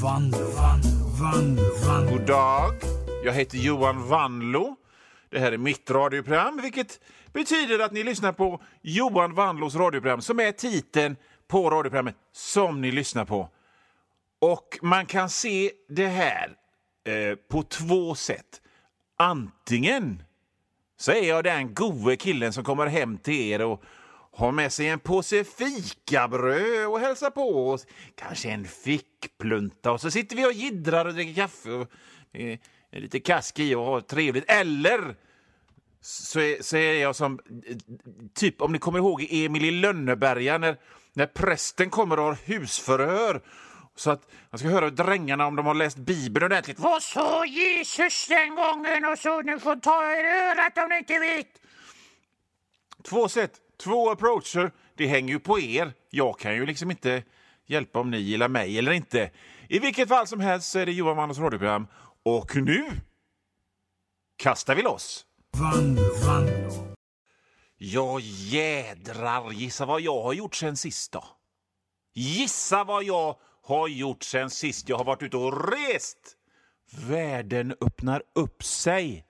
Vanlo. God dag, jag heter Johan Vanlo. Det här är mitt radioprogram, vilket betyder att ni lyssnar på Johan Vanlos radioprogram, som är titeln på radioprogrammet som ni lyssnar på. Och man kan se det här på två sätt. Antingen så är jag den gode killen som kommer hem till er och har med sig en påse fikabröd och hälsar på oss. Kanske en fickplunta. Och så sitter vi och jiddrar och dricker kaffe och är lite kaskig och har trevligt. Eller så är jag som typ, om ni kommer ihåg Emil i Lönneberga, när prästen kommer och har husförhör. Så att man ska höra drängarna om de har läst Bibeln ordentligt. Vad sa Jesus den gången? Och så nu får ta er örat om ni inte vet. Två sätt, två approacher. Det hänger ju på er. Jag kan ju liksom inte hjälpa om ni gillar mig eller inte. I vilket fall som helst så är det Johan Vanlos radioprogram. Och nu kastar vi loss. Vanlo. Jag jädrar, gissa vad jag har gjort sen sist då. Gissa vad jag har gjort sen sist. Jag har varit ute och rest. Världen öppnar upp sig.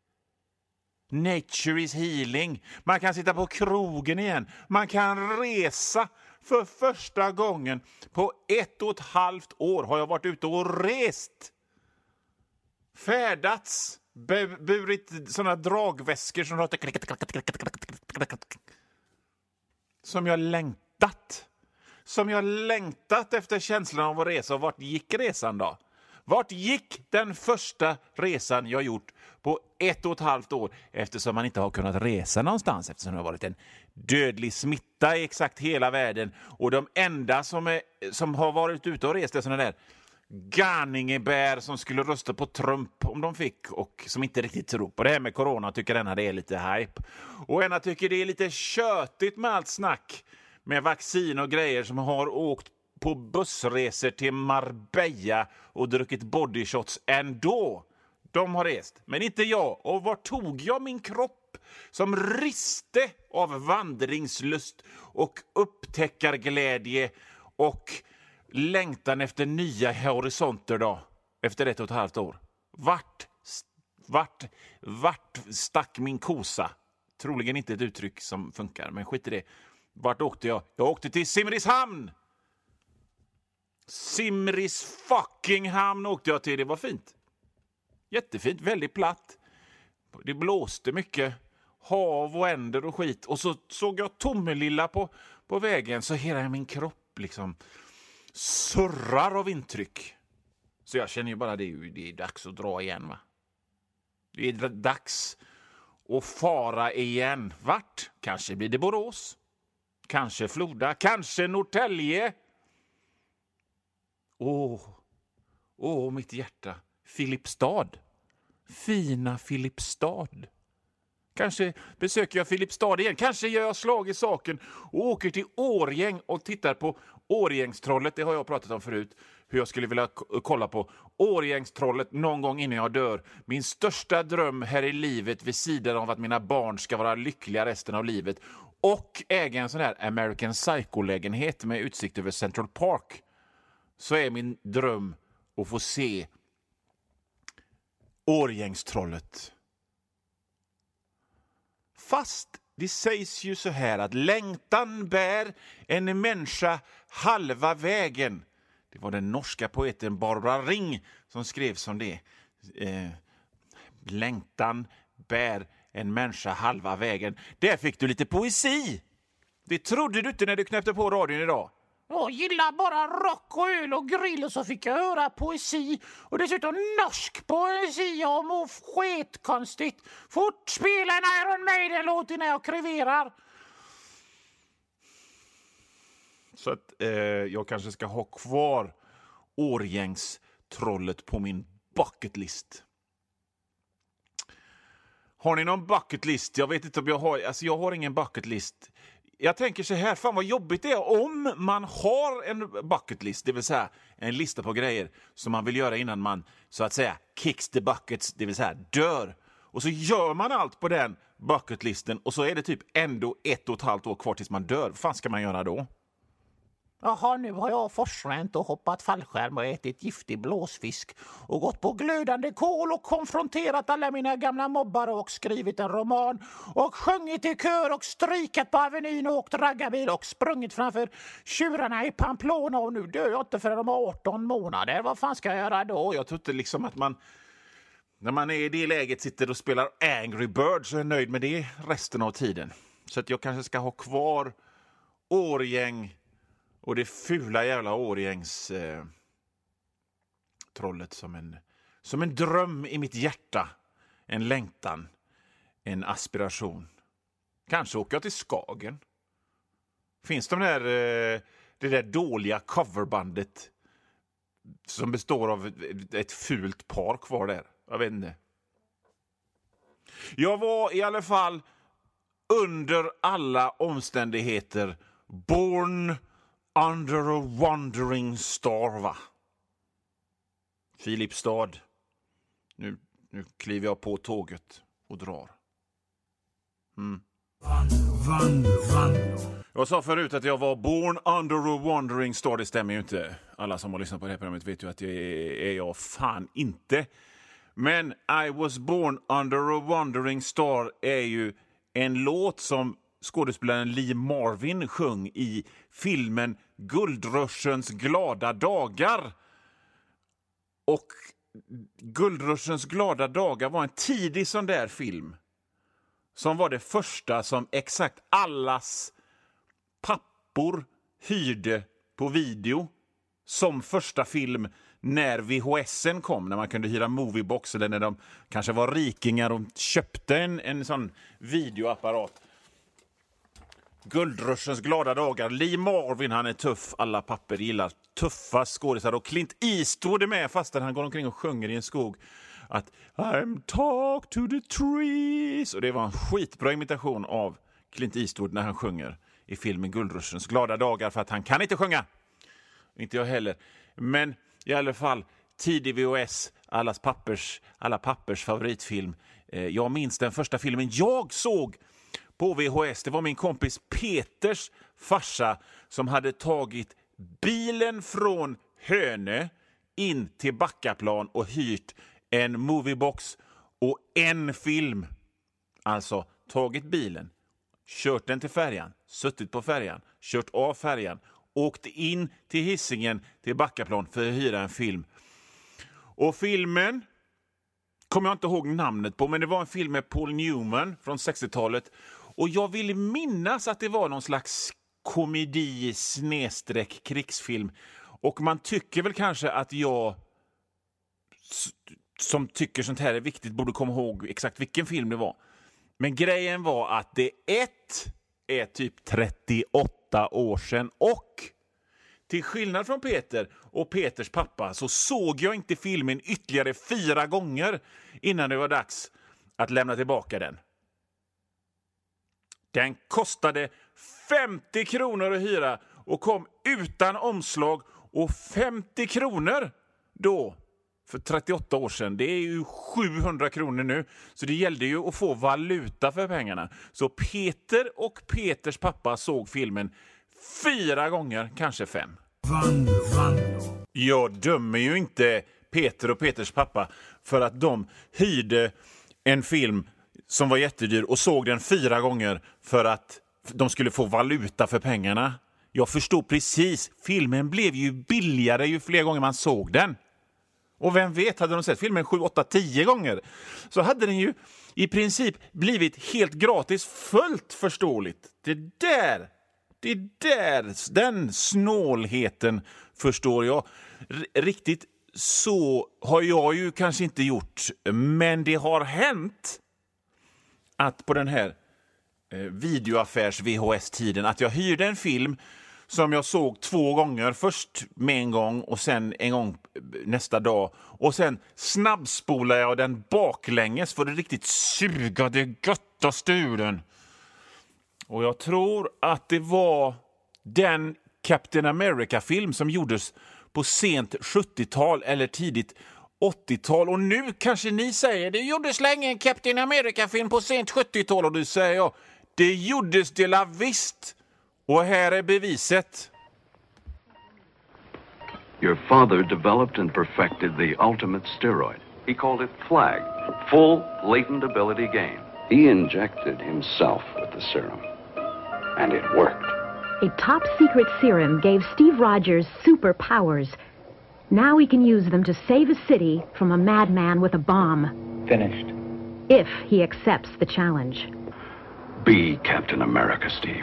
Nature is healing. Man kan sitta på krogen igen. Man kan resa. För första gången på 1,5 år har jag varit ute och rest. Färdats. Burit såna dragväskor som låter som jag längtat. Som jag längtat efter känslan av att resa. Och vart gick resan då? Vart gick den första resan jag gjort på 1,5 år? Eftersom man inte har kunnat resa någonstans. Eftersom det har varit en dödlig smitta i exakt hela världen. Och de enda som har varit ute och rest är såna där Garningebär som skulle rösta på Trump om de fick, och som inte riktigt tror på det här med corona, tycker denna det är lite hype. Och ena tycker det är lite köttigt med allt snack med vaccin och grejer, som har åkt på bussresor till Marbella och druckit bodyshots ändå. De har rest, men inte jag. Och var tog jag min kropp som riste av vandringslust och upptäckarglädje och längtan efter nya horisonter då, efter 1,5 år? Vart stack min kosa? Troligen inte ett uttryck som funkar, men skit i det. Vart åkte jag? Jag åkte till Simrishamn. Simris fucking hamn åkte jag till. Det var fint. Jättefint, väldigt platt. Det blåste mycket. Hav och änder och skit. Och så såg jag Tommelilla på vägen. Så hela min kropp liksom surrar av intryck. Så jag känner ju bara det är dags att dra igen, va? Det är dags att fara igen. Vart? Kanske blir det Borås. Kanske Floda. Kanske Norrtälje. Åh, mitt hjärta. Filipstad. Fina Filipstad. Kanske besöker jag Filipstad igen. Kanske gör jag slag i saken och åker till Årgäng och tittar på Årgängstrollet. Det har jag pratat om förut. Hur jag skulle vilja kolla på Årgängstrollet någon gång innan jag dör. Min största dröm här i livet, vid sidan av att mina barn ska vara lyckliga resten av livet. Och äga en sån här American Psycho-lägenhet med utsikt över Central Park. Så är min dröm att få se Årgängstrollet. Fast det sägs ju så här att längtan bär en människa halva vägen. Det var den norska poeten Barbara Ring som skrev som det. Längtan bär en människa halva vägen. Där fick du lite poesi. Det trodde du inte när du knäppte på radion idag. Jag gillar bara rock och öl och grill, och så fick jag höra poesi. Och dessutom norsk poesi. Jag mår skitkonstigt. Fort spela en Iron Maiden-låt innan jag kreverar. Så att jag kanske ska ha kvar Årgängstrollet på min bucketlist. Har ni någon bucketlist? Jag vet inte om jag har. Alltså jag har ingen bucketlist. Jag tänker så här, fan vad jobbigt det är om man har en bucketlist, det vill säga en lista på grejer som man vill göra innan man, så att säga, kicks the buckets, det vill säga dör. Och så gör man allt på den bucketlisten och så är det typ ändå 1,5 år kvar tills man dör. Vad fan ska man göra då? Jaha, nu har jag forsränt och hoppat fallskärm och ätit giftig blåsfisk och gått på glödande kol och konfronterat alla mina gamla mobbare och skrivit en roman och sjungit i kör och strykat på Avenyn och åkt raggarbil och sprungit framför tjurarna i Pamplona och nu dör jag inte förrän om 18 månader. Vad fan ska jag göra då? Jag tror inte liksom att man, när man är i det läget, sitter och spelar Angry Birds och är nöjd med det resten av tiden. Så att jag kanske ska ha kvar Årgäng och det fula jävla Årgängs trollet som en dröm i mitt hjärta. En längtan, en aspiration. Kanske åker jag till Skagen. Finns det där dåliga coverbandet som består av ett fult par kvar där? Jag vet inte. Jag var i alla fall under alla omständigheter born under a wandering star, va? Filipstad. Nu kliver jag på tåget och drar. Jag sa förut att jag var born under a wandering star. Det stämmer ju inte. Alla som har lyssnat på det här programmet vet ju att det är jag fan inte. Men I was born under a wandering star är ju en låt som skådespelaren Lee Marvin sjöng i filmen Guldrushens glada dagar. Och Guldrushens glada dagar var en tidig sån där film som var det första som exakt allas pappor hyrde på video som första film när VHSen kom, när man kunde hyra Moviebox, eller när de kanske var rikingar och köpte en sån videoapparat. Guldrushens glada dagar. Lee Marvin, han är tuff. Alla papper gillar tuffa skådisar. Och Clint Eastwood är med fastän han går omkring och sjunger i en skog att I'm talk to the trees. Och det var en skitbra imitation av Clint Eastwood när han sjunger i filmen Guldrushens glada dagar, för att han kan inte sjunga. Inte jag heller. Men i alla fall, tidig VHS, alla pappers favoritfilm. Jag minns den första filmen jag såg på VHS. Det var min kompis Peters farsa som hade tagit bilen från Hönö in till Backaplan och hyrt en Moviebox och en film. Alltså tagit bilen, kört den till färjan, suttit på färjan, kört av färjan, åkt in till Hisingen till Backaplan för att hyra en film. Och filmen kommer jag inte ihåg namnet på, men det var en film med Paul Newman från 60-talet. Och jag vill minnas att det var någon slags komedi / krigsfilm. Och man tycker väl kanske att jag som tycker sånt här är viktigt borde komma ihåg exakt vilken film det var. Men grejen var att det är typ 38 år sedan, och till skillnad från Peter och Peters pappa så såg jag inte filmen ytterligare 4 gånger innan det var dags att lämna tillbaka den. Den kostade 50 kronor att hyra och kom utan omslag, och 50 kronor då för 38 år sedan, det är ju 700 kronor nu. Så det gällde ju att få valuta för pengarna. Så Peter och Peters pappa såg filmen 4 gånger, kanske 5. Jag dömer ju inte Peter och Peters pappa för att de hyrde en film som var jättedyr och såg den 4 gånger för att de skulle få valuta för pengarna. Jag förstår precis. Filmen blev ju billigare ju fler gånger man såg den. Och vem vet, hade de sett filmen 7, 8, 10 gånger så hade den ju i princip blivit helt gratis, fullt förståeligt. Den snålheten förstår jag. Riktigt så har jag ju kanske inte gjort, men det har hänt att på den här videoaffärs VHS-tiden att jag hyrde en film som jag såg 2 gånger. Först med en gång och sen en gång nästa dag. Och sen snabbspolade jag den baklänges för det riktigt suga det göttaste ur den. Och jag tror att det var den Captain America-film som gjordes på sent 70-tal eller tidigt 80-tal. Och nu kanske ni säger, det gjordes länge en Captain America-film på sent 70-tal. Och då säger jag, det gjordes de la visst. Och här är beviset. Your father developed and perfected the ultimate steroid. He called it FLAG, full latent ability gain. He injected himself with the serum, and it worked. A top-secret serum gave Steve Rogers superpowers. Now he can use them to save a city from a madman with a bomb. Finished. If he accepts the challenge. Be Captain America, Steve.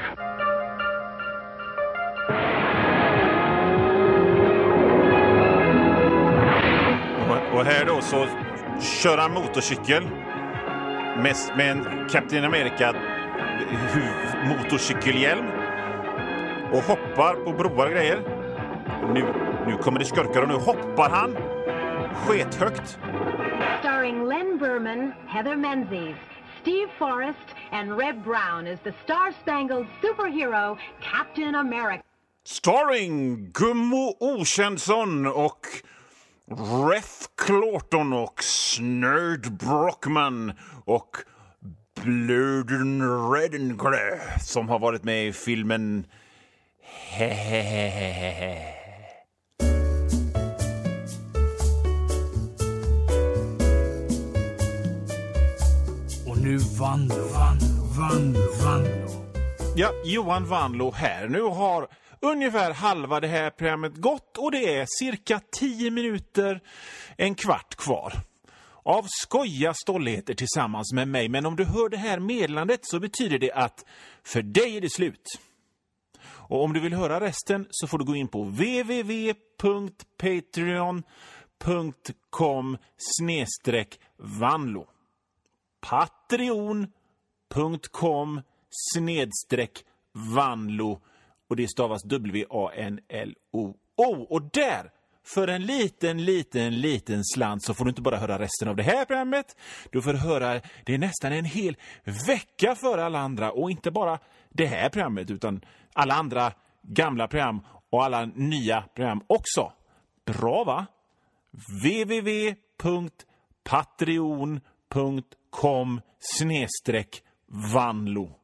Och här då så kör han motorcykel med en Captain America motorcykelhjälm och hoppar på broar och grejer. Och nu kommer det skurkar och nu hoppar han skethögt. Starring Len Berman, Heather Menzies, Steve Forrest and Red Brown as the star-spangled superhero Captain America. Starring Gummo Okänsson och Ref Clawton och Snurd Brockman och Blöden Redencre som har varit med i filmen Och nu Vanlo. Ja, Johan Vanlo här. Nu har ungefär halva det här programmet gått och det är cirka 10 minuter, en kvart kvar av skoja stolligheter tillsammans med mig. Men om du hör det här meddelandet så betyder det att för dig är det slut. Och om du vill höra resten så får du gå in på www.patreon.com/Vanlo. patreon.com/Vanlo och det stavas WANLO. Och där, för en liten slant så får du inte bara höra resten av det här programmet. Du får höra det är nästan en hel vecka för alla andra. Och inte bara det här programmet utan alla andra gamla program och alla nya program också. Bra va? www.patreon.com/Vanlo